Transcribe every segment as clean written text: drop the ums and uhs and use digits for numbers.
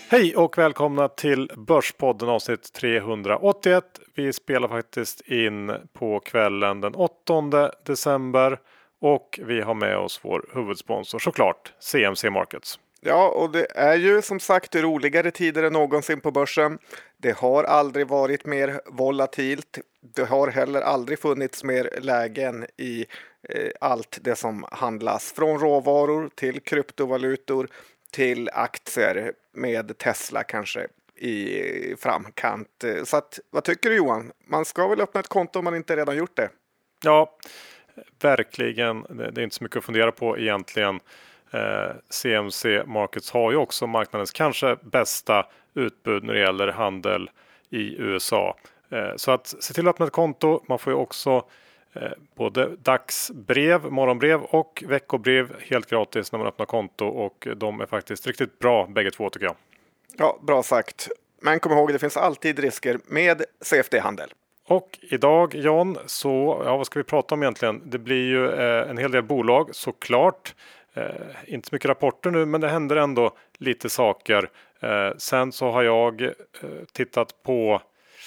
Hej och välkomna till Börspodden avsnitt 381. Vi spelar faktiskt in på kvällen den 8 december och vi har med oss vår huvudsponsor såklart, CMC Markets. Ja, och det är ju som sagt roligare tider än någonsin på börsen. Det har aldrig varit mer volatilt. Det har heller aldrig funnits mer lägen i allt det som handlas. Från råvaror till kryptovalutor till aktier med Tesla kanske i framkant. Så att, vad tycker du Johan? Man ska väl öppna ett konto om man inte redan gjort det? Ja, verkligen. Det är inte så mycket att fundera på egentligen. CMC Markets har ju också marknadens kanske bästa utbud när det gäller handel i USA. Så att se till att öppna ett konto. Man får ju också både dagsbrev, morgonbrev och veckobrev helt gratis när man öppnar konto. Och de är faktiskt riktigt bra bägge två tycker jag. Ja, bra sagt. Men kom ihåg, det finns alltid risker med CFD-handel. Och idag John, så vad ska vi prata om egentligen? Det blir ju en hel del bolag såklart. Inte så mycket rapporter nu, men det händer ändå lite saker. Sen så har jag tittat på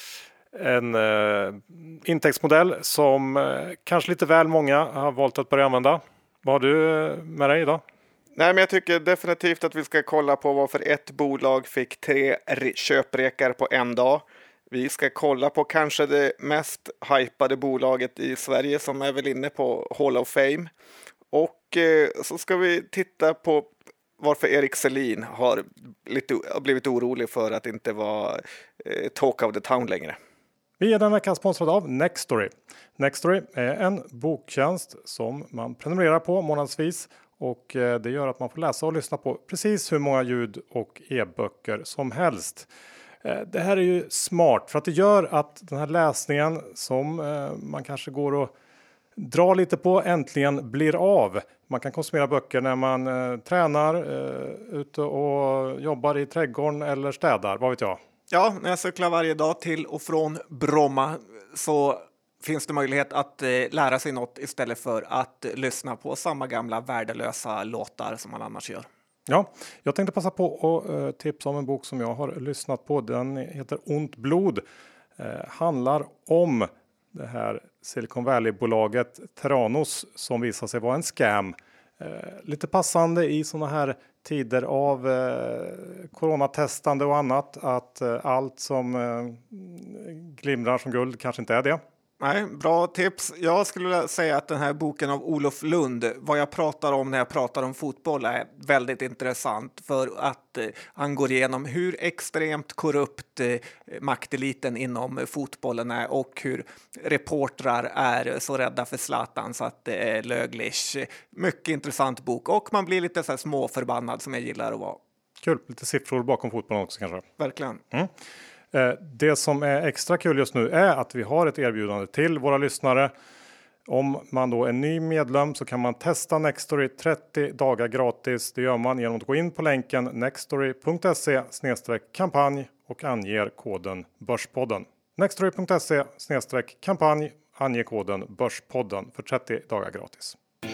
en intäktsmodell som kanske lite väl många har valt att börja använda. Vad har du med dig idag? Nej, men jag tycker definitivt att vi ska kolla på varför ett bolag fick 3 köprekar på en dag. Vi ska kolla på kanske det mest hypade bolaget i Sverige som är väl inne på Hall of Fame. Och så ska vi titta på varför Erik Selin har blivit orolig för att inte vara talk of the town längre. Vi är den veckan sponsrad av Nextory. Nextory är en boktjänst som man prenumererar på månadsvis. Och det gör att man får läsa och lyssna på precis hur många ljud- och e-böcker som helst. Det här är ju smart för att det gör att den här läsningen som man kanske går och drar lite på äntligen blir av. Man kan konsumera böcker när man tränar, ute och jobbar i trädgården eller städar, vad vet jag. Ja, när jag cyklar varje dag till och från Bromma så finns det möjlighet att lära sig något istället för att lyssna på samma gamla värdelösa låtar som man annars gör. Ja, jag tänkte passa på att tipsa om en bok som jag har lyssnat på. Den heter Ont blod. Handlar om det här Silicon Valley-bolaget Theranos som visar sig vara en scam. Lite passande i såna här tider av coronatestande och annat. Att allt som glimrar som guld kanske inte är det. Nej, bra tips. Jag skulle vilja säga att den här boken av Olof Lund, vad jag pratar om när jag pratar om fotboll, är väldigt intressant för att han går igenom hur extremt korrupt makteliten inom fotbollen är och hur reportrar är så rädda för Zlatan så att det är lögligt. Mycket intressant bok och man blir lite så här småförbannad som jag gillar att vara. Kul, lite siffror bakom fotbollen också kanske. Verkligen. Det som är extra kul just nu är att vi har ett erbjudande till våra lyssnare. Om man då är ny medlem så kan man testa Nextory 30 dagar gratis. Det gör man genom att gå in på länken nextory.se/kampanj och anger koden Börspodden. Nextory.se/kampanj, anger koden Börspodden för 30 dagar gratis.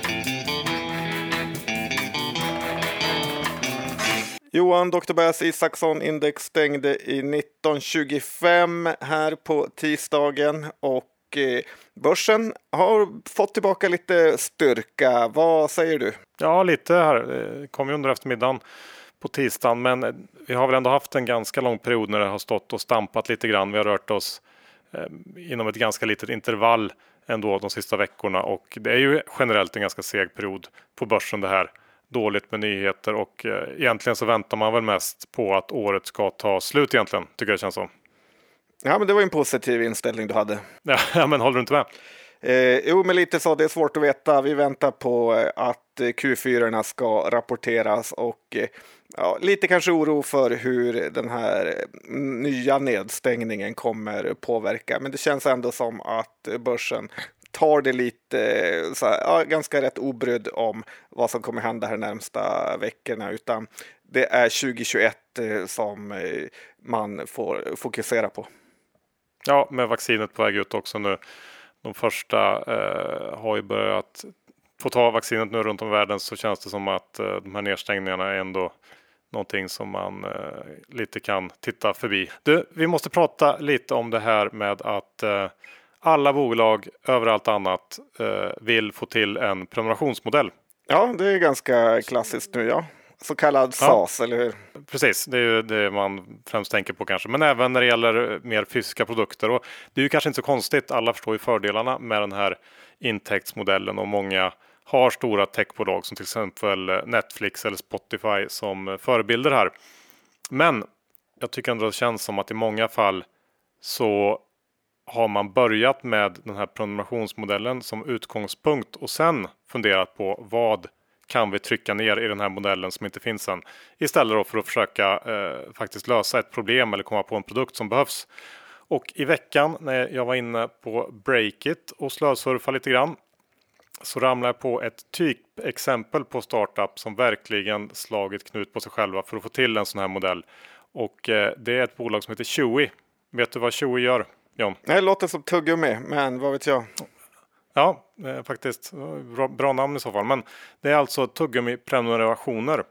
Johan, Dr. Bass Isaksson index stängde i 1925 här på tisdagen och börsen har fått tillbaka lite styrka. Vad säger du? Ja, lite här. Det kom ju under eftermiddagen på tisdagen, men vi har väl ändå haft en ganska lång period när det har stått och stampat lite grann. Vi har rört oss inom ett ganska litet intervall ändå de sista veckorna och det är ju generellt en ganska seg period på börsen det här. Dåligt med nyheter och egentligen så väntar man väl mest på att året ska ta slut egentligen, tycker jag det känns som. Ja, men det var en positiv inställning du hade. Ja, men håller du inte med? Jo, men lite så, det är svårt att veta. Vi väntar på att Q4 ska rapporteras och lite kanske oro för hur den här nya nedstängningen kommer påverka. Men det känns ändå som att börsen tar det lite så här, ganska rätt obrydd om vad som kommer hända här närmsta veckorna, utan det är 2021 som man får fokusera på. Ja, med vaccinet på väg ut också nu. De första har ju börjat få ta vaccinet nu runt om i världen, så känns det som att de här nedstängningarna är ändå någonting som man lite kan titta förbi. Du, vi måste prata lite om det här med att alla bolag överallt annat vill få till en prenumerationsmodell. Ja, det är ganska klassiskt nu, ja. Så kallad SaaS, eller hur? Precis, det är ju det man främst tänker på kanske. Men även när det gäller mer fysiska produkter. Och det är ju kanske inte så konstigt. Alla förstår ju fördelarna med den här intäktsmodellen. Och många har stora techbolag som till exempel Netflix eller Spotify som förebilder här. Men jag tycker ändå det känns som att i många fall så har man börjat med den här prenumerationsmodellen som utgångspunkt och sen funderat på vad kan vi trycka ner i den här modellen som inte finns än. Istället då för att försöka faktiskt lösa ett problem eller komma på en produkt som behövs. Och i veckan när jag var inne på Breakit och slösurfade lite grann så ramlade jag på ett typexempel på startup som verkligen slagit knut på sig själva för att få till en sån här modell. Och det är ett bolag som heter Chewy. Vet du vad Chewy gör, John? Det låter som tuggummi, men vad vet jag? Ja, faktiskt. Bra namn i så fall. Men det är alltså tuggummi-prenumerationer.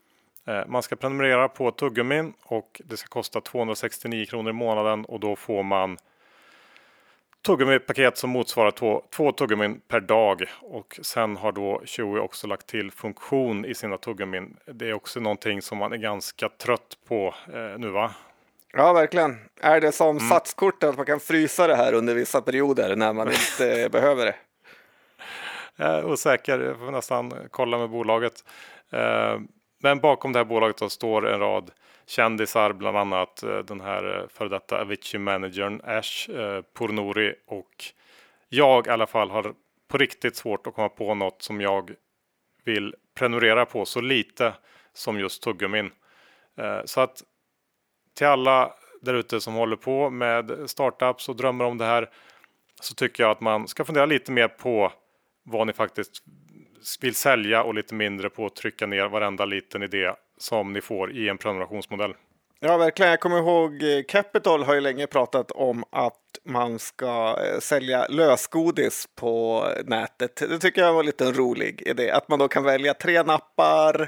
Man ska prenumerera på tuggummin och det ska kosta 269 kronor i månaden. Och då får man tuggummi-paket som motsvarar två tuggummin per dag. Och sen har då Chewy också lagt till funktion i sina tuggummin. Det är också någonting som man är ganska trött på nu, va? Ja, verkligen. Är det som satskortet att man kan frysa det här under vissa perioder när man inte behöver det? Jag är osäker, jag får nästan kolla med bolaget. Men bakom det här bolaget då står en rad kändisar, bland annat den här före detta Avicii-managern Ash Pournouri. Och jag i alla fall har på riktigt svårt att komma på något som jag vill prenumerera på så lite som just tuggummin. Så att till alla där ute som håller på med startups och drömmer om det här så tycker jag att man ska fundera lite mer på vad ni faktiskt vill sälja och lite mindre på att trycka ner varenda liten idé som ni får i en prenumerationsmodell. Ja, verkligen. Jag kommer ihåg Capital har ju länge pratat om att man ska sälja lösgodis på nätet. Det tycker jag var en liten rolig idé. Att man då kan välja 3 nappar,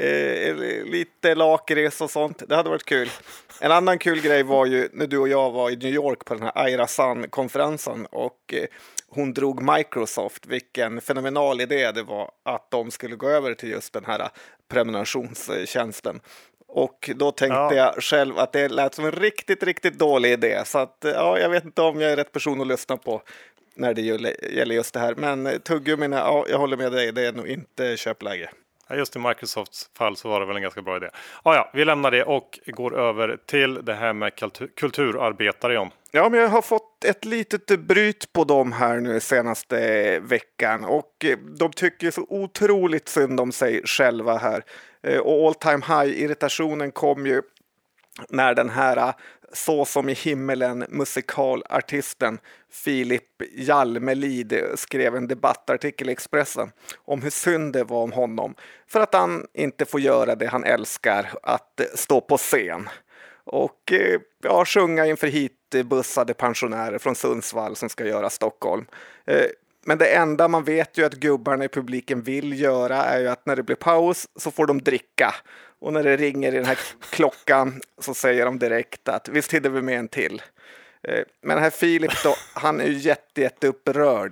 lite lakrits och sånt. Det hade varit kul. En annan kul grej var ju när du och jag var i New York på den här Aira Sun-konferensen och hon drog Microsoft. Vilken fenomenal idé det var att de skulle gå över till just den här prenumerationstjänsten. Och då tänkte jag själv att det lät som en riktigt, riktigt dålig idé. Så att ja, jag vet inte om jag är rätt person att lyssna på när det gäller just det här. Men tuggummina, ja, jag håller med dig, det är nog inte köpläge. Ja, just i Microsofts fall så var det väl en ganska bra idé. Ja, vi lämnar det och går över till det här med kulturarbetare, John. Ja, men jag har fått ett litet bryt på dem här nu senaste veckan. Och de tycker så otroligt synd om sig själva här. Och all time high-irritationen kom ju när den här Så som i himmelen musikalartisten Filip Jalmelid skrev en debattartikel i Expressen om hur synd det var om honom för att han inte får göra det han älskar, att stå på scen och sjunga inför hitbussade pensionärer från Sundsvall som ska göra Stockholm. Men det enda man vet ju att gubbarna i publiken vill göra är ju att när det blir paus så får de dricka. Och när det ringer i den här klockan så säger de direkt att visst hinner vi med en till. Men den här Filip då, han är ju jätteupprörd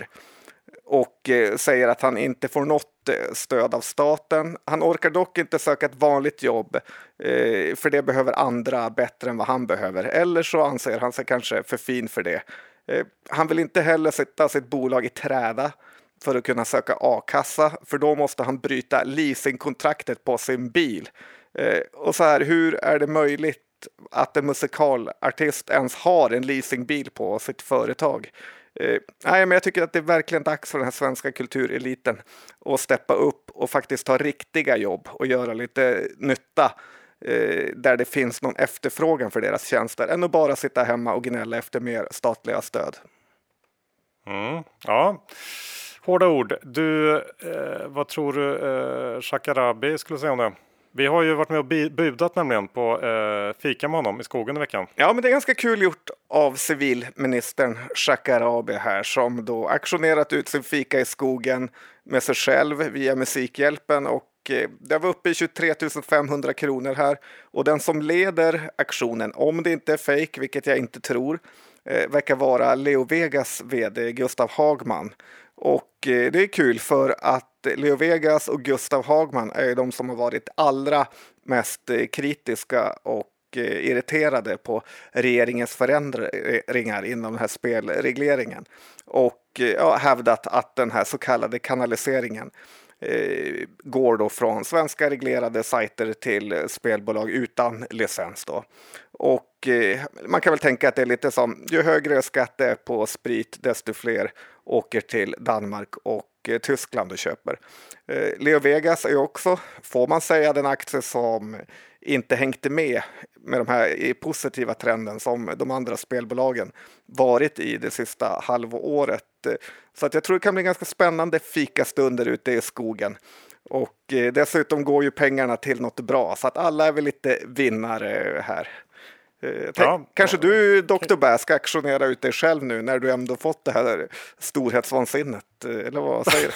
och säger att han inte får något stöd av staten. Han orkar dock inte söka ett vanligt jobb för det behöver andra bättre än vad han behöver. Eller så anser han sig kanske för fin för det. Han vill inte heller sätta sitt bolag i träda för att kunna söka a-kassa, för då måste han bryta leasingkontraktet på sin bil. Och så här, hur är det möjligt att en musikalartist ens har en leasingbil på sitt företag? Nej, men jag tycker att det är verkligen dags för den här svenska kultureliten att steppa upp och faktiskt ta riktiga jobb och göra lite nytta där det finns någon efterfrågan för deras tjänster än att bara sitta hemma och gnälla efter mer statliga stöd. Ja, hårda ord. Du, vad tror du Shekarabi skulle säga om det? Vi har ju varit med och budat nämligen på fika med honom i skogen i veckan. Ja, men det är ganska kul gjort av civilministern Shekarabi här som då aktionerat ut sin fika i skogen med sig själv via Musikhjälpen och det var uppe i 23 500 kronor här. Och den som leder auktionen, om det inte är fake, vilket jag inte tror, verkar vara Leo Vegas vd Gustav Hagman. Och det är kul för att Leo Vegas och Gustav Hagman är de som har varit allra mest kritiska och irriterade på regeringens förändringar inom den här spelregleringen. Och hävdat att den här så kallade kanaliseringen går då från svenska reglerade sajter till spelbolag utan licens då. Och man kan väl tänka att det är lite som ju högre skatt det är på sprit desto fler åker till Danmark och Tyskland och köper. Leo Vegas är ju också, får man säga, den aktie som inte hängde med de här positiva trenden som de andra spelbolagen varit i det sista halvåret. Så att jag tror det kan bli ganska spännande fikastunder ute i skogen. Och dessutom går ju pengarna till något bra, så att alla är väl lite vinnare här. Kanske du, Dr. Bass, ska aktionera ut dig själv nu när du ändå fått det här storhetsvansinnet, eller vad säger du?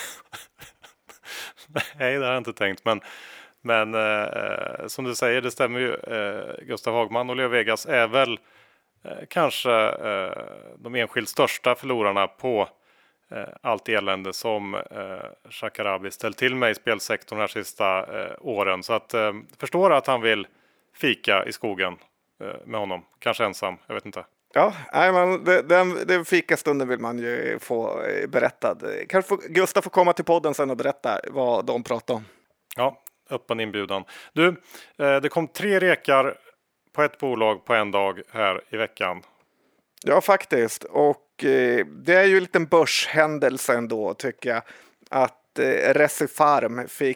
Nej, det har jag inte tänkt, men som du säger, det stämmer ju. Gustav Hagman och Leo Vegas är väl kanske de enskilt största förlorarna på allt elände som Shekarabi ställt till med i spelsektorn de här sista åren. Så att förstår att han vill fika i skogen med honom, kanske ensam, jag vet inte. Ja, den fikastunden vill man ju få berättad. Kanske Gustav får komma till podden sen och berätta vad de pratar om. Ja, öppen inbjudan. Du, det kom 3 rekar på ett bolag på en dag här i veckan. Ja, faktiskt. Och det är ju en liten börshändelse ändå, tycker jag, att Recipharm fick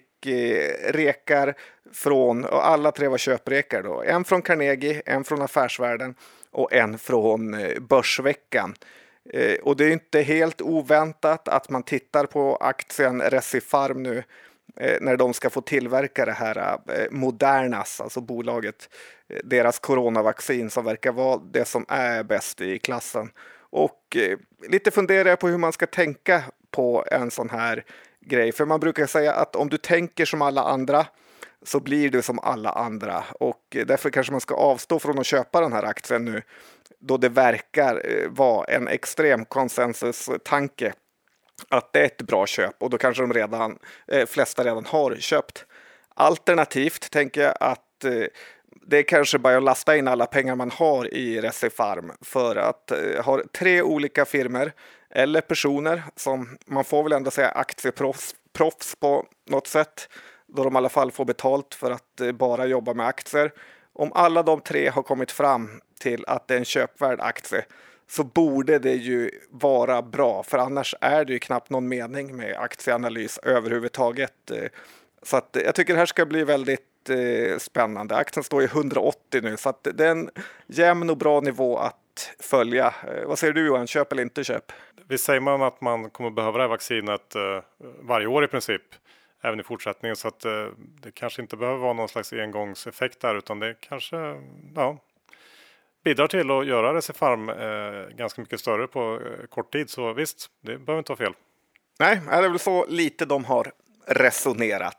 rekar från, och alla 3 var köprekar då. En från Carnegie, en från Affärsvärlden och en från Börsveckan. Och det är inte helt oväntat att man tittar på aktien Recipharm nu när de ska få tillverka det här Modernas, alltså bolaget, deras coronavaccin som verkar vara det som är bäst i klassen. Och lite funderar jag på hur man ska tänka på en sån här grej. För man brukar säga att om du tänker som alla andra så blir du som alla andra. Och därför kanske man ska avstå från att köpa den här aktien nu, då det verkar vara en extrem konsensustanke att det är ett bra köp, och då kanske de flesta redan har köpt. Alternativt tänker jag att det är kanske bara att lasta in alla pengar man har i Recipharm, för att ha 3 olika firmer eller personer som man får väl ändå säga aktieproffs på något sätt, då de i alla fall får betalt för att bara jobba med aktier. Om alla de 3 har kommit fram till att det är en köpvärd aktie, så borde det ju vara bra, för annars är det ju knappt någon mening med aktieanalys överhuvudtaget. Så att jag tycker det här ska bli väldigt spännande. Aktien står i 180 nu, så att det är en jämn och bra nivå att följa. Vad säger du, Johan? Köp eller inte köp? Visst säger man att man kommer behöva det här vaccinet varje år i princip, även i fortsättningen, så att det kanske inte behöver vara någon slags engångseffekt där, utan det kanske bidrar till att göra Recipharm ganska mycket större på kort tid. Så visst, det behöver inte vara fel. Nej, det är väl så lite de har resonerat,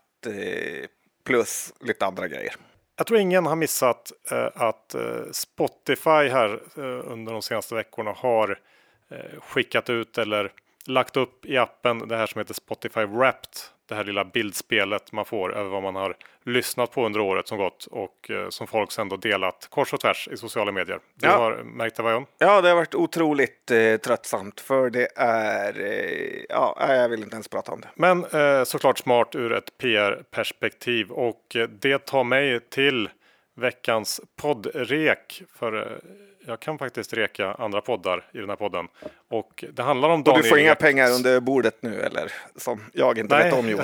plus lite andra grejer. Jag tror ingen har missat att Spotify här under de senaste veckorna har skickat ut eller lagt upp i appen det här som heter Spotify Wrapped. Det här lilla bildspelet man får över vad man har lyssnat på under året som gått, och som folk sedan då delat kors och tvärs i sociala medier. Du har märkt det, Vajon? Ja, det har varit otroligt tröttsamt, för det är... jag vill inte ens prata om det. Men såklart smart ur ett PR-perspektiv, och det tar mig till veckans poddrek, för jag kan faktiskt reka andra poddar i den här podden. Och det handlar om Daniel. Och du får inga pengar under bordet nu, eller? Som jag inte vet om, Johan.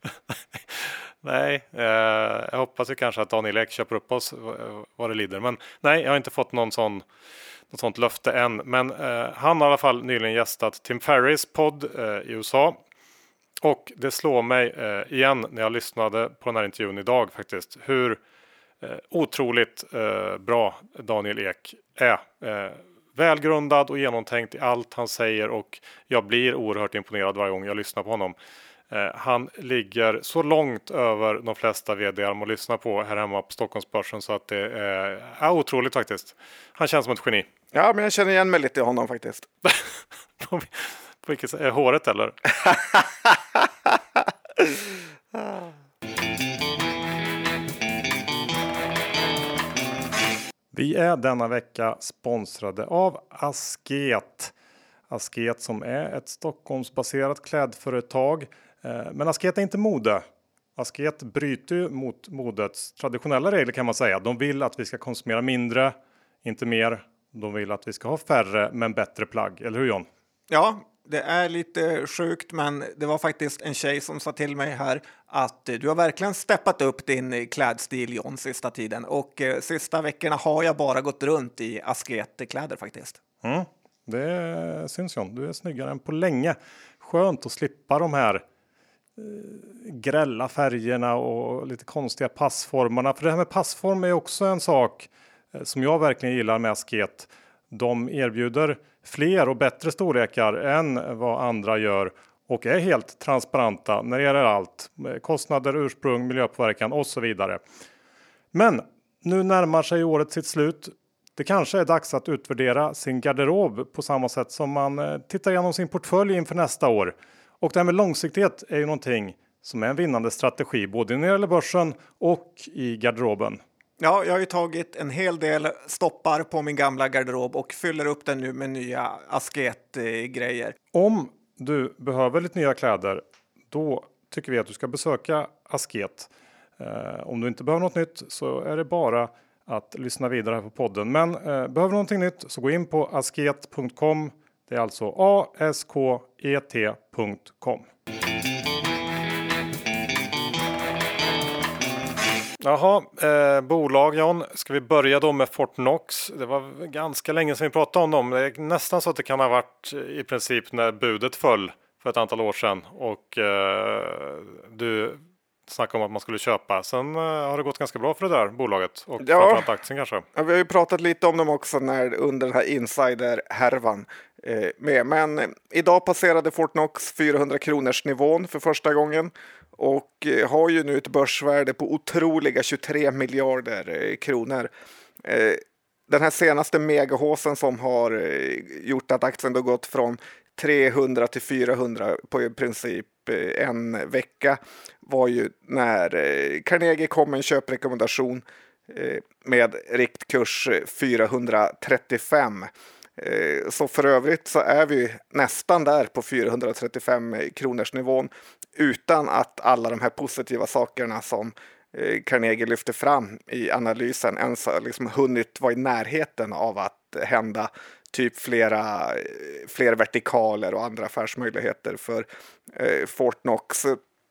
Nej, jag hoppas ju kanske att Daniel Ek köper upp oss vad det lider. Men nej, jag har inte fått något sånt löfte än. Men han har i alla fall nyligen gästat Tim Ferriss podd i USA. Och det slår mig igen när jag lyssnade på den här intervjun idag faktiskt, hur otroligt bra Daniel Ek är. Välgrundad och genomtänkt i allt han säger, och jag blir oerhört imponerad varje gång jag lyssnar på honom. Han ligger så långt över de flesta vd:ar man lyssnar på här hemma på Stockholmsbörsen så att det är otroligt faktiskt. Han känns som ett geni. Ja, men jag känner igen mig lite i honom faktiskt. På vilket sätt? Håret eller? Vi är denna vecka sponsrade av Asket. Asket som är ett Stockholmsbaserat klädföretag. Men Asket är inte mode. Asket bryter ju mot modets traditionella regler kan man säga. De vill att vi ska konsumera mindre, inte mer. De vill att vi ska ha färre men bättre plagg. Eller hur John? Ja, det är lite sjukt, men det var faktiskt en tjej som sa till mig här att du har verkligen steppat upp din klädstil, John, sista tiden. Och sista veckorna har jag bara gått runt i Asket-kläder faktiskt. Det syns John. Du är snyggare än på länge. Skönt att slippa de här grälla färgerna och lite konstiga passformarna. För det här med passform är också en sak som jag verkligen gillar med Asket. De erbjuder fler och bättre storlekar än vad andra gör och är helt transparenta när det gäller allt. Kostnader, ursprung, miljöpåverkan och så vidare. Men nu närmar sig året sitt slut. Det kanske är dags att utvärdera sin garderob på samma sätt som man tittar igenom sin portfölj inför nästa år. Och det här med långsiktighet är ju någonting som är en vinnande strategi både när det gäller börsen och i garderoben. Ja, jag har ju tagit en hel del stoppar på min gamla garderob och fyller upp den nu med nya Asket-grejer. Om du behöver lite nya kläder, då tycker vi att du ska besöka Asket. Om du inte behöver något nytt så är det bara att lyssna vidare här på podden. Men behöver du någonting nytt så gå in på asket.com. Det är alltså asket.com. Jaha, bolag John. Ska vi börja då med Fortnox? Det var ganska länge sedan vi pratade om dem. Det är nästan så att det kan ha varit i princip när budet föll för ett antal år sedan. Och du snackade om att man skulle köpa. Sen har det gått ganska bra för det där bolaget. Och framförallt aktien kanske. Ja, vi har ju pratat lite om dem också under den här insider-härvan. Men idag passerade Fortnox 400 kronors nivån för första gången. Och har ju nu ett börsvärde på otroliga 23 miljarder kronor. Den här senaste megahåsen som har gjort att aktien då gått från 300 till 400 på i princip en vecka var ju när Carnegie kom med en köprekommendation med riktkurs 435. Så för övrigt så är vi nästan där på 435 kronors nivån utan att alla de här positiva sakerna som Carnegie lyfter fram i analysen ens har liksom hunnit vara i närheten av att hända, typ fler vertikaler och andra affärsmöjligheter för Fortnox.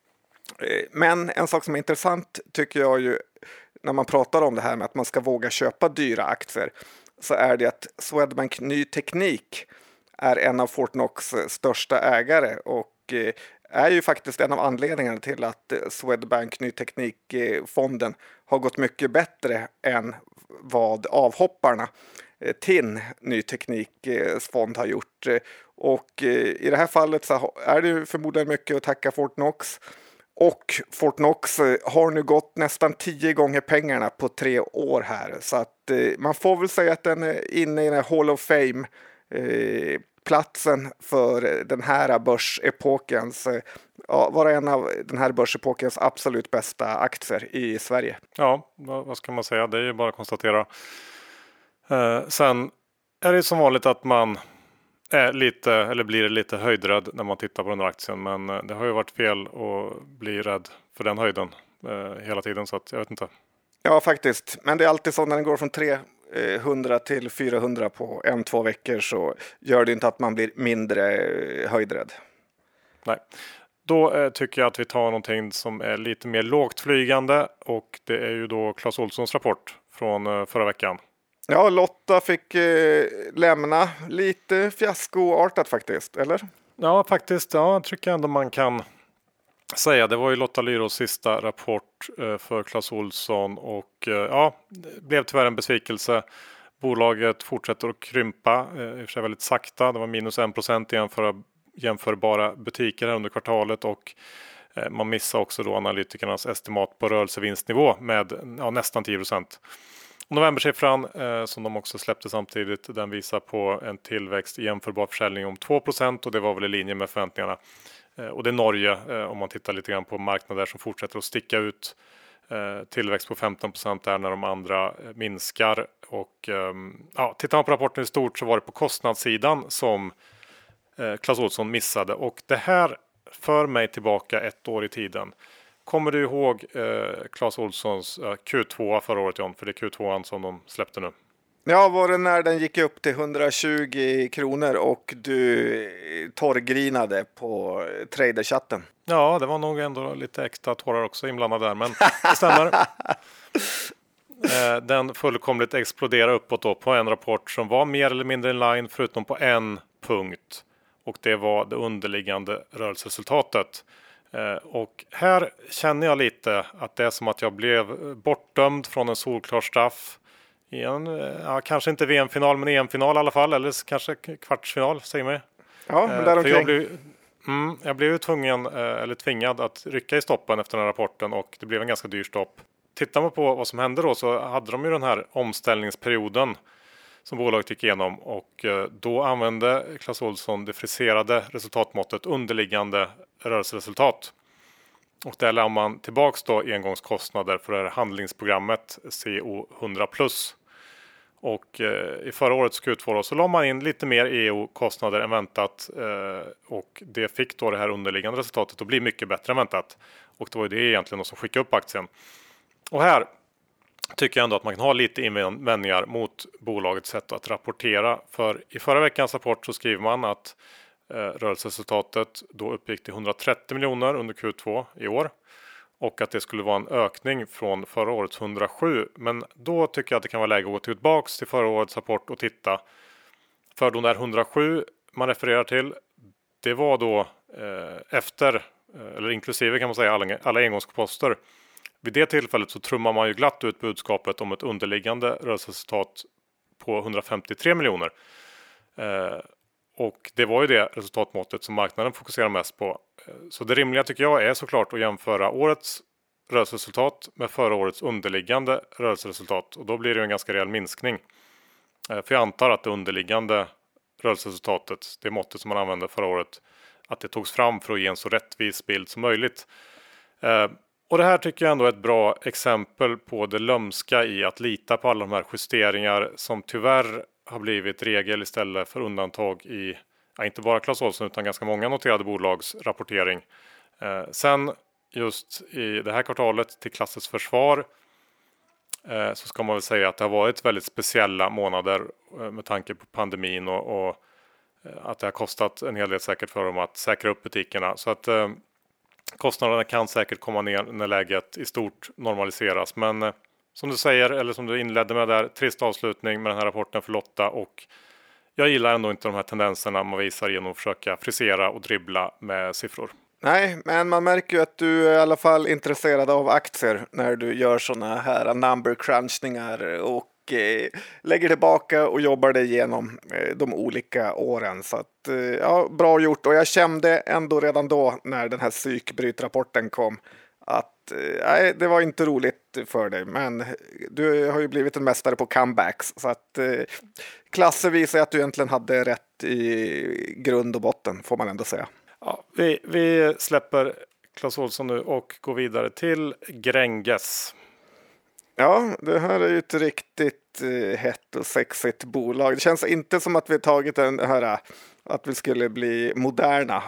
Men en sak som är intressant tycker jag ju när man pratar om det här med att man ska våga köpa dyra aktier, så är det att Swedbank Ny Teknik är en av Fortnox största ägare och är ju faktiskt en av anledningarna till att Swedbank Ny Teknik-fonden har gått mycket bättre än vad avhopparna TIN Ny Teknik-fond har gjort. Och i det här fallet så är det ju förmodligen mycket att tacka Fortnox. Och Fortnox har nu gått nästan 10 gånger pengarna på 3 år här. Så att man får väl säga att den är inne i den här Hall of Fame platsen för den här börsepokens, vara en av den här börsepokens absolut bästa aktier i Sverige. Ja, vad ska man säga? Det är ju bara att konstatera. Sen är det som vanligt att man är lite, eller blir lite höjdrädd när man tittar på den här aktien. Men det har ju varit fel att bli rädd för den höjden hela tiden, så att jag vet inte. Ja, faktiskt. Men det är alltid så när den går från 300 till 400 på 1-2 veckor så gör det inte att man blir mindre höjdrädd. Nej. Då tycker jag att vi tar någonting som är lite mer lågt flygande, och det är ju då Clas Ohlsons rapport från förra veckan. Ja, Lotta fick lämna lite fiaskoartat faktiskt, eller? Ja, faktiskt. Ja, jag tycker ändå man kan säga. Det var ju Lotta Lyros sista rapport för Clas Ohlson och ja, det blev tyvärr en besvikelse. Bolaget fortsätter att krympa, i och för sig väldigt sakta. Det var minus 1% jämförbara butiker här under kvartalet och man missar också då analytikernas estimat på rörelsevinstnivå med nästan 10%. Novembersiffran som de också släppte samtidigt, den visar på en tillväxt i jämförbar försäljning om 2% och det var väl i linje med förväntningarna. Och det är Norge, om man tittar lite grann på marknader som fortsätter att sticka ut. Tillväxt på 15% där när de andra minskar. Och tittar man på rapporten i stort så var det på kostnadssidan som Clas Ohlson missade. Och det här för mig tillbaka ett år i tiden. Kommer du ihåg Clas Ohlsons Q2 förra året, John? För det är Q2 som de släppte nu. Ja, var det när den gick upp till 120 kronor och du torrgrinade på traderchatten? Ja, det var nog ändå lite extra tårar också inblandade där, men det stämmer. Den fullkomligt exploderade uppåt då på en rapport som var mer eller mindre in line förutom på en punkt. Och det var det underliggande rörelseresultatet. Och här känner jag lite att det är som att jag blev bortdömd från en solklar straff i en, kanske inte VM-final men EM-final i alla fall, eller kanske kvartsfinal, säger mig. Ja, men där jag blev ju tvingad att rycka i stoppen efter den här rapporten och det blev en ganska dyr stopp. Tittar man på vad som hände då så hade de ju den här omställningsperioden som bolaget gick igenom och då använde Clas Ohlson det friserade resultatmåttet underliggande rörelseresultat. Och där lade man tillbaks då engångskostnader för det här handlingsprogrammet CO100+. Och i förra årets Q2 så la man in lite mer EU-kostnader än väntat och det fick då det här underliggande resultatet att bli mycket bättre än väntat. Och det var ju det egentligen som skickade upp aktien. Och här tycker jag ändå att man kan ha lite invändningar mot bolagets sätt att rapportera. För i förra veckans rapport så skriver man att rörelseresultatet då uppgick till 130 miljoner under Q2 i år. Och att det skulle vara en ökning från förra årets 107. Men då tycker jag att det kan vara läge att gå tillbaka till förra årets rapport och titta. För de där 107 man refererar till, det var då efter, eller inklusive kan man säga, alla engångsposter. Vid det tillfället så trummar man ju glatt ut budskapet om ett underliggande rörelseresultat på 153 miljoner. Och det var ju det resultatmåttet som marknaden fokuserar mest på. Så det rimliga tycker jag är såklart att jämföra årets rörelseresultat med förra årets underliggande rörelseresultat. Och då blir det en ganska rejäl minskning. För jag antar att det underliggande rörelseresultatet, det måttet som man använde förra året, att det togs fram för att ge en så rättvis bild som möjligt. Och det här tycker jag ändå är ett bra exempel på det lömska i att lita på alla de här justeringar som tyvärr har blivit regel istället för undantag i inte bara Clas Ohlson utan ganska många noterade bolags rapportering. Sen just i det här kvartalet till Klassens försvar så ska man väl säga att det har varit väldigt speciella månader med tanke på pandemin och att det har kostat en hel del säkert för dem att säkra upp butikerna. Så att kostnaderna kan säkert komma ner när läget i stort normaliseras. Men som du säger, eller som du inledde med där, trist avslutning med den här rapporten för Lotta. Och jag gillar ändå inte de här tendenserna man visar genom att försöka frisera och dribbla med siffror. Nej, men man märker ju att du är i alla fall intresserad av aktier när du gör sådana här number crunchningar och lägger tillbaka och jobbar dig igenom de olika åren. Så att, ja, bra gjort. Och jag kände ändå redan då när den här psykbrytrapporten kom att nej, det var inte roligt för dig. Men du har ju blivit en mästare på comebacks. Så att Klasse visar att du egentligen hade rätt i grund och botten, får man ändå säga. Ja, vi släpper Clas Ohlson nu och går vidare till Gränges. Ja, det här är ju ett riktigt hett och sexigt bolag. Det känns inte som att vi tagit den här att vi skulle bli moderna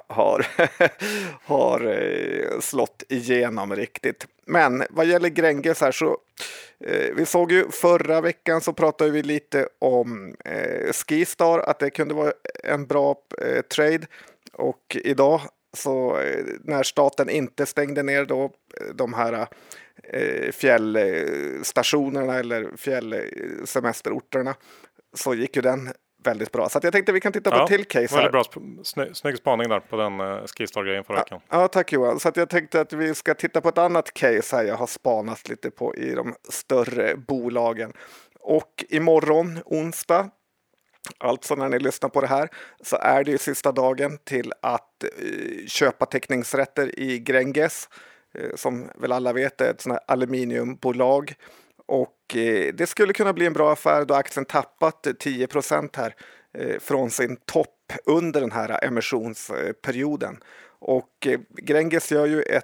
har slått igenom riktigt. Men vad gäller Gränges här så vi såg ju förra veckan så pratade vi lite om Skistar, att det kunde vara en bra trade. Och idag så när staten inte stängde ner då de här fjällstationerna eller fjällsemesterorterna så gick ju den väldigt bra. Så att jag tänkte vi kan titta på ett till case här. Väldigt bra, snygg spaning där på den Skistar-grejen förra veckan. Ja, tack Johan. Så att jag tänkte att vi ska titta på ett annat case här jag har spanat lite på i de större bolagen. Och imorgon, onsdag, Alltså när ni lyssnar på det här så är det ju sista dagen till att köpa teckningsrätter i Gränges. Som väl alla vet är ett sånt här aluminiumbolag. Och det skulle kunna bli en bra affär då aktien tappat 10% här från sin topp under den här emissionsperioden. Och Gränges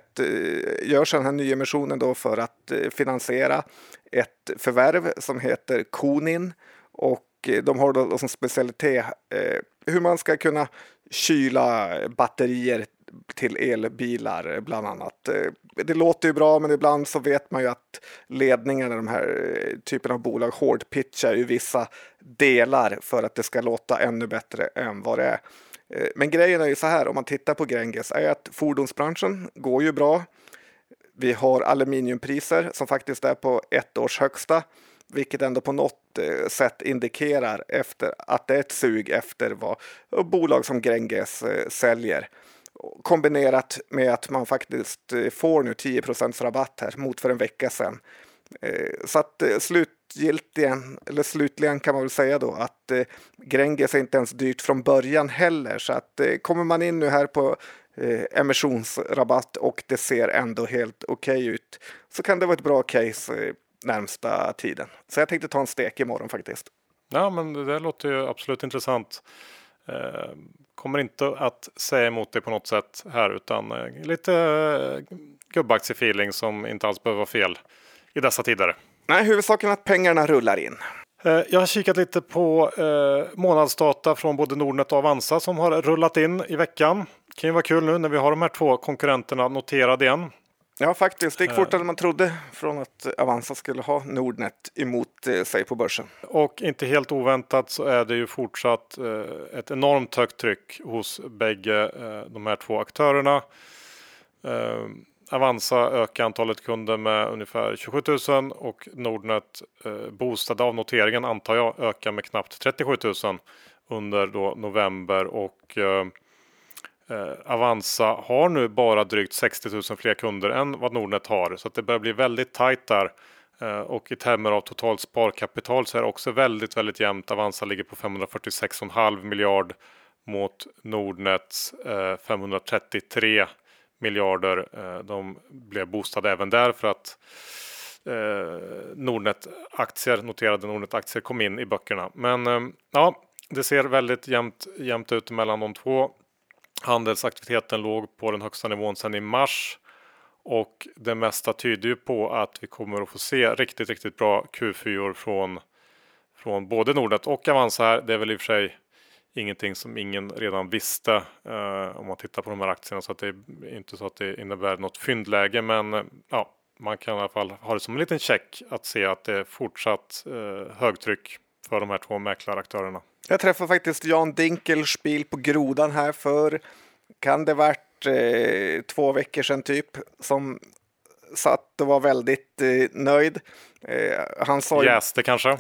gör den här nyemissionen då för att finansiera ett förvärv som heter Konin. Och de har då som specialitet hur man ska kunna kyla batterier till elbilar bland annat. Det låter ju bra, men ibland så vet man ju att ledningarna i de här typen av bolag hårdpitchar ju vissa delar för att det ska låta ännu bättre än vad det är. Men grejen är ju så här, om man tittar på Gränges, är att fordonsbranschen går ju bra. Vi har aluminiumpriser som faktiskt är på ett års högsta, vilket ändå på något sätt indikerar efter att det är ett sug efter vad bolag som Gränges säljer. Kombinerat med att man faktiskt får nu 10% rabatt här mot för en vecka sedan. Så att slutligen kan man väl säga då att Gränges är inte ens dyrt från början heller. Så att kommer man in nu här på emissionsrabatt och det ser ändå helt okej ut, så kan det vara ett bra case närmsta tiden. Så jag tänkte ta en stek imorgon faktiskt. Ja, men det låter ju absolut intressant. Kommer inte att säga emot det på något sätt här, utan lite gubbaktiefeeling som inte alls behöver vara fel i dessa tider. Nej, huvudsaken är att pengarna rullar in. Jag har kikat lite på månadsdata från både Nordnet och Avanza som har rullat in i veckan. Det kan ju vara kul nu när vi har de här två konkurrenterna noterade igen. Ja, faktiskt. Det gick fortare än man trodde från att Avanza skulle ha Nordnet emot sig på börsen. Och inte helt oväntat så är det ju fortsatt ett enormt högt tryck hos bägge de här två aktörerna. Avanza ökar antalet kunder med ungefär 27 000 och Nordnet boostade av noteringen, antar jag, ökar med knappt 37 000 under då november, och Avanza har nu bara drygt 60 000 fler kunder än vad Nordnet har, så att det börjar bli väldigt tajt där. Och i termer av totalt sparkapital så är det också väldigt, väldigt jämnt. Avanza ligger på 546,5 miljard mot Nordnets 533 miljarder. De blev boostade även där för att noterade Nordnet-aktier kom in i böckerna. Men ja, det ser väldigt jämnt ut mellan de två. Handelsaktiviteten låg på den högsta nivån sedan i mars, och det mesta tyder ju på att vi kommer att få se riktigt, riktigt bra Q4 från både Nordnet och Avanza här. Det är väl i och för sig ingenting som ingen redan visste om man tittar på de här aktierna, så att det är inte så att det innebär något fyndläge, men ja, man kan i alla fall ha det som en liten check att se att det är fortsatt högtryck för de här två mäklaraktörerna. Jag träffade faktiskt Jan Dinkelspiel på Grodan här för, kan det varit 2 veckor sedan typ, som satt och var väldigt nöjd. Han sa det kanske.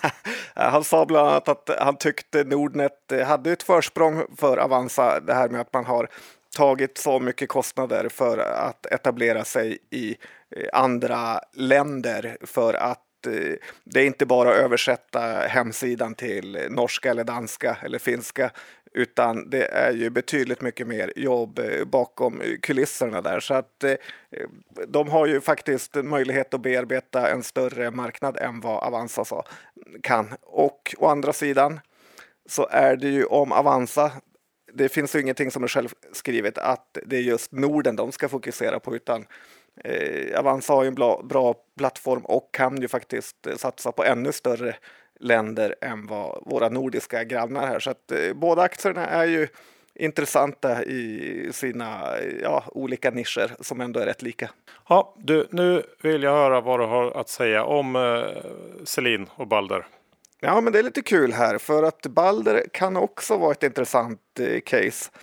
Han sa bland annat att han tyckte Nordnet hade ett försprång för Avanza, det här med att man har tagit så mycket kostnader för att etablera sig i andra länder, för att det är inte bara att översätta hemsidan till norska eller danska eller finska, utan det är ju betydligt mycket mer jobb bakom kulisserna där. Så att de har ju faktiskt möjlighet att bearbeta en större marknad än vad Avanza kan. Och å andra sidan så är det ju om Avanza, det finns ju ingenting som är självskrivet att det är just Norden de ska fokusera på, utan Avanza har ju en bra plattform och kan ju faktiskt satsa på ännu större länder än vad våra nordiska grannar här. Så att båda aktierna är ju intressanta i sina olika nischer som ändå är rätt lika. Ja, nu vill jag höra vad du har att säga om Selin och Balder. Ja, men det är lite kul här, för att Balder kan också vara ett intressant case.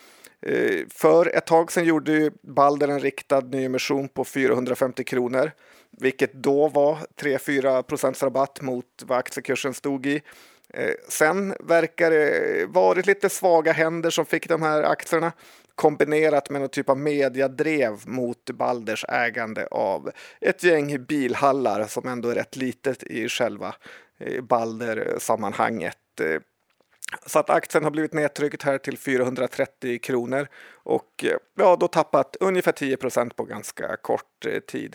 För ett tag sedan gjorde ju Balder en riktad nyemission på 450 kronor, vilket då var 3-4% rabatt mot vad aktiekursen stod i. Sen verkar det varit lite svaga händer som fick de här aktierna, kombinerat med någon typ av mediadrev mot Balders ägande av ett gäng bilhallar som ändå är rätt litet i själva Balder-sammanhanget. Så att aktien har blivit nedtryckt här till 430 kronor och ja, då tappat ungefär 10% på ganska kort tid.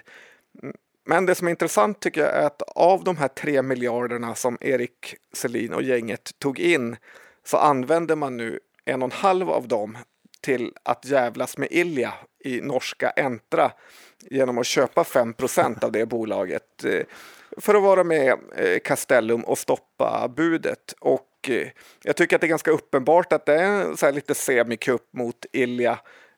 Men det som är intressant tycker jag är att av de här 3 miljarderna som Erik Selin och gänget tog in så använder man nu 1,5 av dem till att jävlas med Ilja i norska Entra genom att köpa 5% av det bolaget för att vara med Castellum och stoppa budet. Och jag tycker att det är ganska uppenbart att det är så här lite semikupp mot Ilja.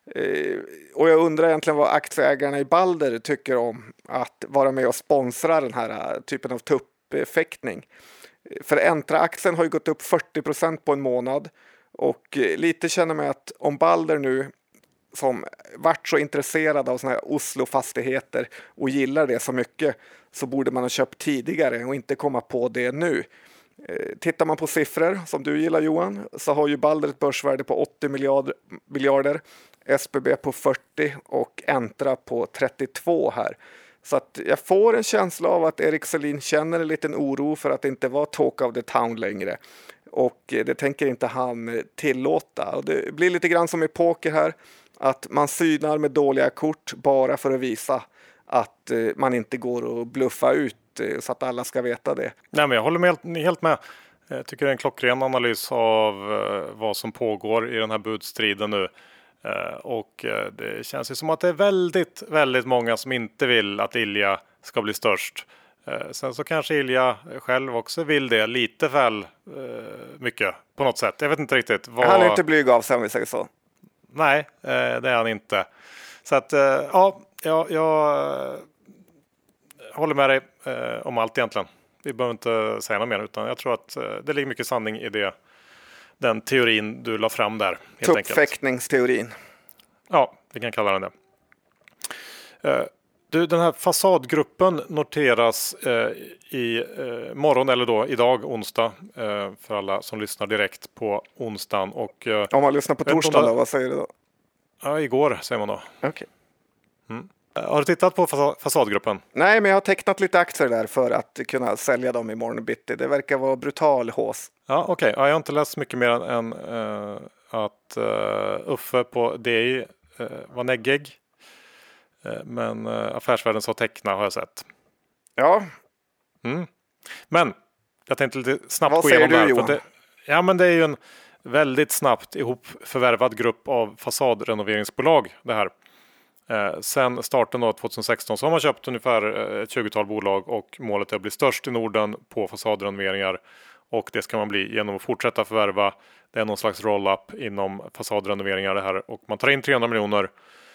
Och jag undrar egentligen vad aktieägarna i Balder tycker om att vara med och sponsra den här typen av tuppfäktning. För Entra-aktien har ju gått upp 40% på en månad och lite känner mig att om Balder nu som vart så intresserad av såna här Oslo-fastigheter och gillar det så mycket så borde man ha köpt tidigare och inte komma på det nu. Tittar man på siffror som du gillar Johan så har ju Balder ett börsvärde på 80 miljarder, SBB på 40 och Entra på 32 här. Så att jag får en känsla av att Erik Selin känner en liten oro för att det inte var talk of the town längre. Och det tänker inte han tillåta. Och det blir lite grann som i poker här. Att man synar med dåliga kort bara för att visa att man inte går att bluffa ut så att alla ska veta det. Nej, men jag håller helt med. Jag tycker det är en klockren analys av vad som pågår i den här budstriden nu. Och det känns ju som att det är väldigt, väldigt många som inte vill att Ilja ska bli störst. Sen så kanske Ilja själv också vill det lite väl mycket på något sätt. Jag vet inte riktigt. Han är inte blyg av sig om vi säger så. Nej, det är han inte. Så att ja, jag håller med dig om allt egentligen. Vi behöver inte säga något mer utan jag tror att det ligger mycket sanning i den teorin du la fram där. Tuppfäktningsteorin. Ja, vi kan kalla den det. Den här fasadgruppen noteras i morgon eller då idag onsdag för alla som lyssnar direkt på onsdagen. Och, om man lyssnar på torsdag då, vad säger du då? Ja, igår säger man då. Okay. Har du tittat på fasadgruppen? Nej, men jag har tecknat lite aktier där för att kunna sälja dem imorgon bitti. Det verkar vara brutal hås. Ja, okej. Ja, jag har inte läst mycket mer än att Uffe på DI var neggig. Men Affärsvärlden sa teckna har jag sett. Ja. Men jag tänkte lite snabbt vad gå igenom säger det du, här. Johan? Ja, men det är ju en väldigt snabbt ihop förvärvad grupp av fasadrenoveringsbolag det här. Sen starten då 2016 så har man köpt ungefär ett 20-tal bolag och målet är att bli störst i Norden på fasadrenoveringar och det ska man bli genom att fortsätta förvärva. Det är någon slags roll-up inom fasadrenoveringar det här och man tar in 300 miljoner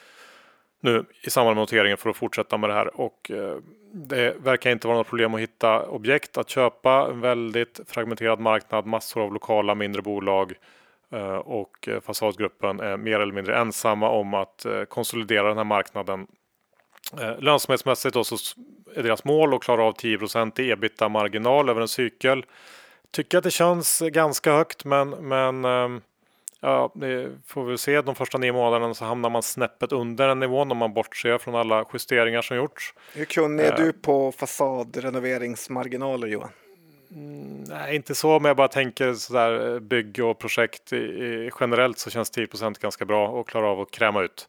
nu i samband med noteringen för att fortsätta med det här och det verkar inte vara något problem att hitta objekt att köpa. En väldigt fragmenterad marknad, massor av lokala mindre bolag och fasadgruppen är mer eller mindre ensamma om att konsolidera den här marknaden. Lönsamhetsmässigt då så är deras mål att klara av 10% i EBITDA-marginal över en cykel. Tycker att det känns ganska högt men ja, det får vi se. De första 9 månaderna så hamnar man snäppet under den nivån om man bortser från alla justeringar som gjorts. Hur kunnig är du på fasadrenoveringsmarginaler, Johan? Nej, inte så, men jag bara tänker sådär bygg och projekt generellt så känns 10% ganska bra och klara av att kräma ut.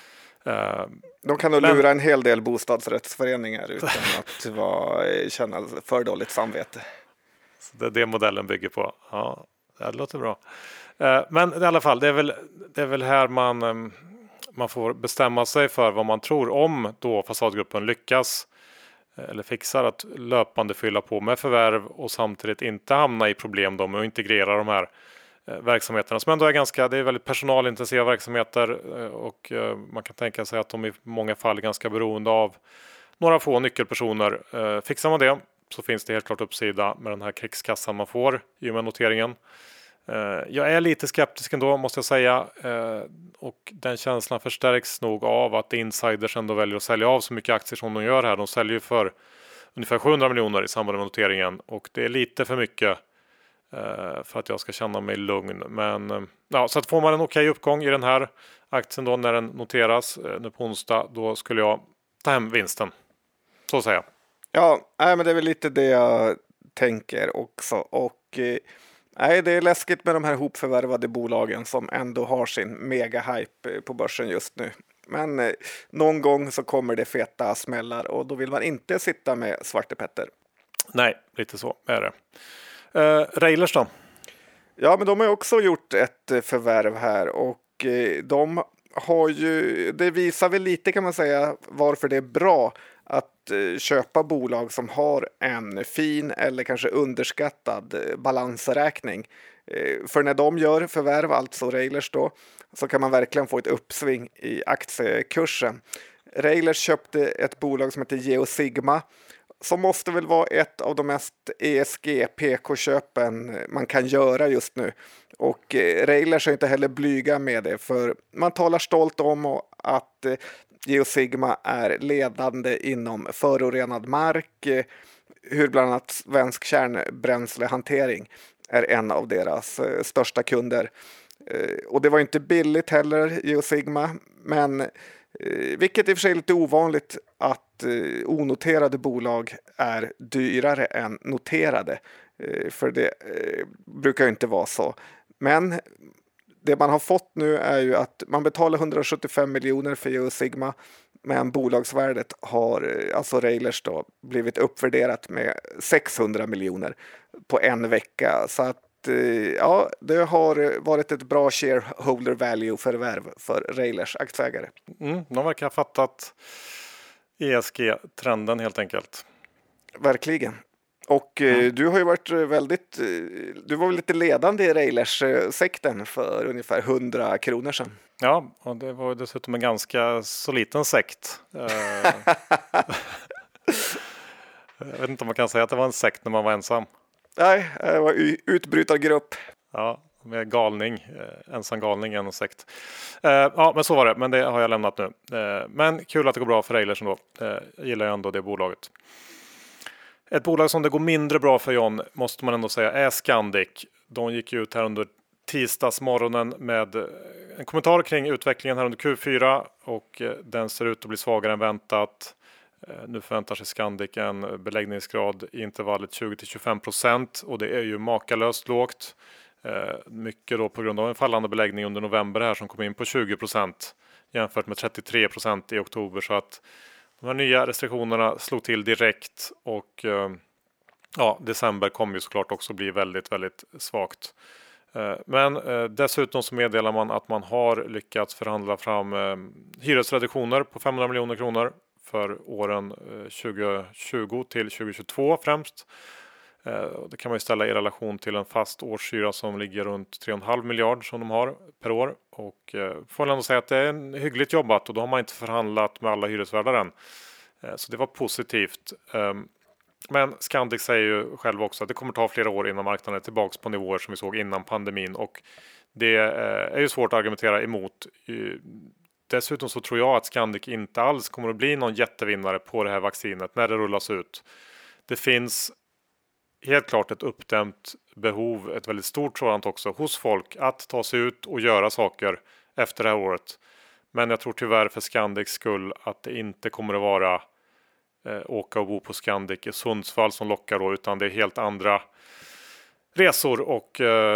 De kan nog lura en hel del bostadsrättsföreningar utan att känna för dåligt samvete. Så det är det modellen bygger på. Ja, det låter bra. Men i alla fall, det är väl här man får bestämma sig för vad man tror om då fasadgruppen lyckas eller fixar att löpande fylla på med förvärv och samtidigt inte hamna i problem då med att integrera de här verksamheterna som ändå är det är väldigt personalintensiva verksamheter och man kan tänka sig att de i många fall är ganska beroende av några få nyckelpersoner. Fixar man det så finns det helt klart uppsida med den här krigskassan man får i och med noteringen. Jag är lite skeptisk ändå måste jag säga och den känslan förstärks nog av att insiders ändå väljer att sälja av så mycket aktier som de gör här. De säljer ju för ungefär 700 miljoner i samband med noteringen och det är lite för mycket för att jag ska känna mig lugn. Men ja, så att får man en okej uppgång i den här aktien då när den noteras nu på onsdag, då skulle jag ta hem vinsten. Så säger jag. Ja, men det är väl lite det jag tänker också och Nej, det är läskigt med de här hopförvärvade bolagen som ändå har sin mega-hype på börsen just nu. Men någon gång så kommer det feta smällar och då vill man inte sitta med Svarte Petter. Nej, lite så är det. Railers då? Ja, men de har också gjort ett förvärv här och de har ju, det visar väl lite kan man säga varför det är bra att köpa bolag som har en fin eller kanske underskattad balansräkning. För när de gör förvärv, alltså Railers då, så kan man verkligen få ett uppsving i aktiekursen. Railers köpte ett bolag som heter Geosigma som måste väl vara ett av de mest ESG-PK-köpen man kan göra just nu. Och Railers är inte heller blyga med det, för man talar stolt om att Geosigma är ledande inom förorenad mark, hur bland annat svensk kärnbränslehantering är en av deras största kunder. Och det var inte billigt heller, Geosigma, men vilket i och för sig är lite ovanligt att onoterade bolag är dyrare än noterade. För det brukar ju inte vara så. Men det man har fått nu är ju att man betalar 175 miljoner för Geosigma, men bolagsvärdet har, alltså Railers då, blivit uppvärderat med 600 miljoner på en vecka. Så att ja, det har varit ett bra shareholder value-förvärv för Railers aktieägare. De verkar ha fattat ESG-trenden helt enkelt. Verkligen. Och du har ju varit du var väl lite ledande i Railers-sekten för ungefär 100 kronor sedan. Ja, och det var dessutom en ganska så liten sekt. Jag vet inte om man kan säga att det var en sekt när man var ensam. Nej, det var utbrytargrupp. Ja, med galning, ensam galning, en sekt. Ja, men så var det, men det har jag lämnat nu. Men kul att det går bra för Railers ändå. Jag gillar ju ändå det bolaget. Ett bolag som det går mindre bra för, John, måste man ändå säga, är Scandic. De gick ut här under tisdagsmorgonen med en kommentar kring utvecklingen här under Q4 och den ser ut att bli svagare än väntat. Nu förväntar sig Scandic en beläggningsgrad i intervallet 20-25% och det är ju makalöst lågt. Mycket då på grund av en fallande beläggning under november här som kom in på 20% jämfört med 33% i oktober, så att de här nya restriktionerna slog till direkt och ja, december kommer ju såklart också bli väldigt, väldigt svagt. Men dessutom så meddelar man att man har lyckats förhandla fram hyresreduktioner på 500 miljoner kronor för åren 2020 till 2022 främst. Det kan man ju ställa i relation till en fast årshyra som ligger runt 3,5 miljard som de har per år. Och får ändå säga att det är en hyggligt jobbat och då har man inte förhandlat med alla hyresvärdar än. Så det var positivt. Men Scandic säger ju själv också att det kommer ta flera år innan marknaden är tillbaka på nivåer som vi såg innan pandemin. Och det är ju svårt att argumentera emot. Dessutom så tror jag att Scandic inte alls kommer att bli någon jättevinnare på det här vaccinet när det rullas ut. Det finns helt klart ett uppdämt behov, ett väldigt stort sådant också, hos folk att ta sig ut och göra saker efter det här året. Men jag tror tyvärr för Scandics skull att det inte kommer att vara åka och bo på Scandic i Sundsvall som lockar då, utan det är helt andra resor och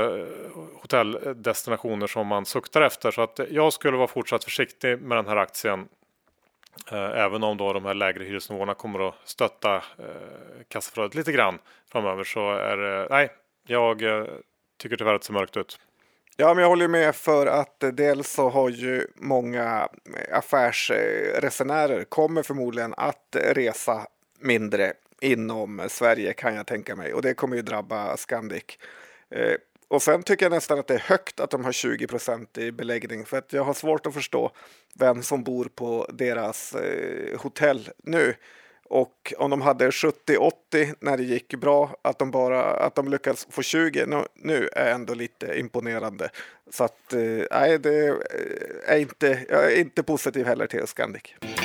hotelldestinationer som man suktar efter. Så att jag skulle vara fortsatt försiktig med den här aktien. Även om då de här lägre hyresnivåerna kommer att stötta kassaflödet lite grann framöver, så är det, nej, jag tycker tyvärr att det ser mörkt ut. Ja, men jag håller med, för att dels så har ju många affärsresenärer kommer förmodligen att resa mindre inom Sverige, kan jag tänka mig, och det kommer ju drabba Scandic. Och sen tycker jag nästan att det är högt att de har 20% i beläggning, för att jag har svårt att förstå vem som bor på deras hotell nu. Och om de hade 70-80 när det gick bra, att de lyckades få 20 nu är ändå lite imponerande. Så att nej, det är inte, jag är inte positiv heller till Scandic.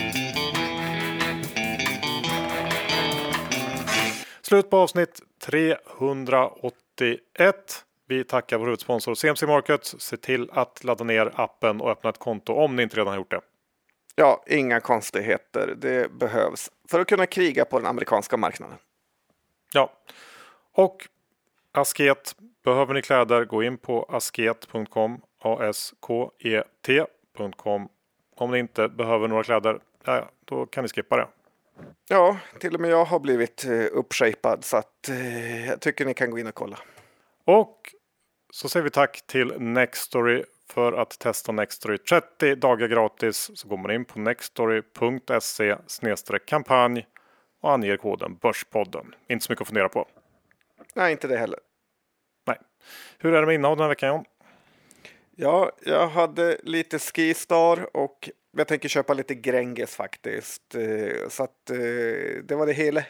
Slut på avsnitt 381. Vi tackar vår huvudsponsor CMC Markets. Se till att ladda ner appen och öppna ett konto om ni inte redan har gjort det. Ja, inga konstigheter. Det behövs för att kunna kriga på den amerikanska marknaden. Ja, och Asket. Behöver ni kläder, gå in på asket.com, asket.com. Om ni inte behöver några kläder, då kan ni skippa det. Ja, till och med jag har blivit uppshapad, så att jag tycker ni kan gå in och kolla. Och så säger vi tack till Nextory för att testa Nextory 30 dagar gratis. Så går man in på nextory.se/kampanj och anger koden Börspodden. Inte så mycket att fundera på. Nej, inte det heller. Nej. Hur är det med innehav den här veckan, John? Ja, jag hade lite Skistar och jag tänker köpa lite Gränges faktiskt. Så att det var det hela.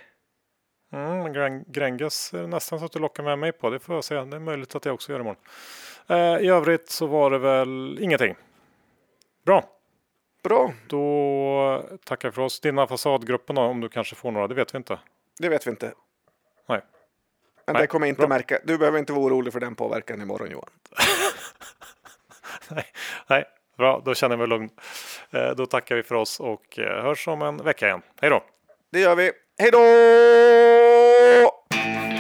Gränges är nästan så att du lockar med mig på. Det får jag säga. Det är möjligt att jag också gör imorgon. I övrigt så var det väl ingenting. Bra. Då tackar jag för oss. Dina fasadgruppen då, om du kanske får några, det vet vi inte. Det vet vi inte. Nej. Men det kommer inte märka. Du behöver inte vara orolig för den påverkan imorgon, Johan. Nej, bra. Då känner jag mig lugn. Då tackar vi för oss och hörs om en vecka igen. Hej då! Det gör vi. Hej då!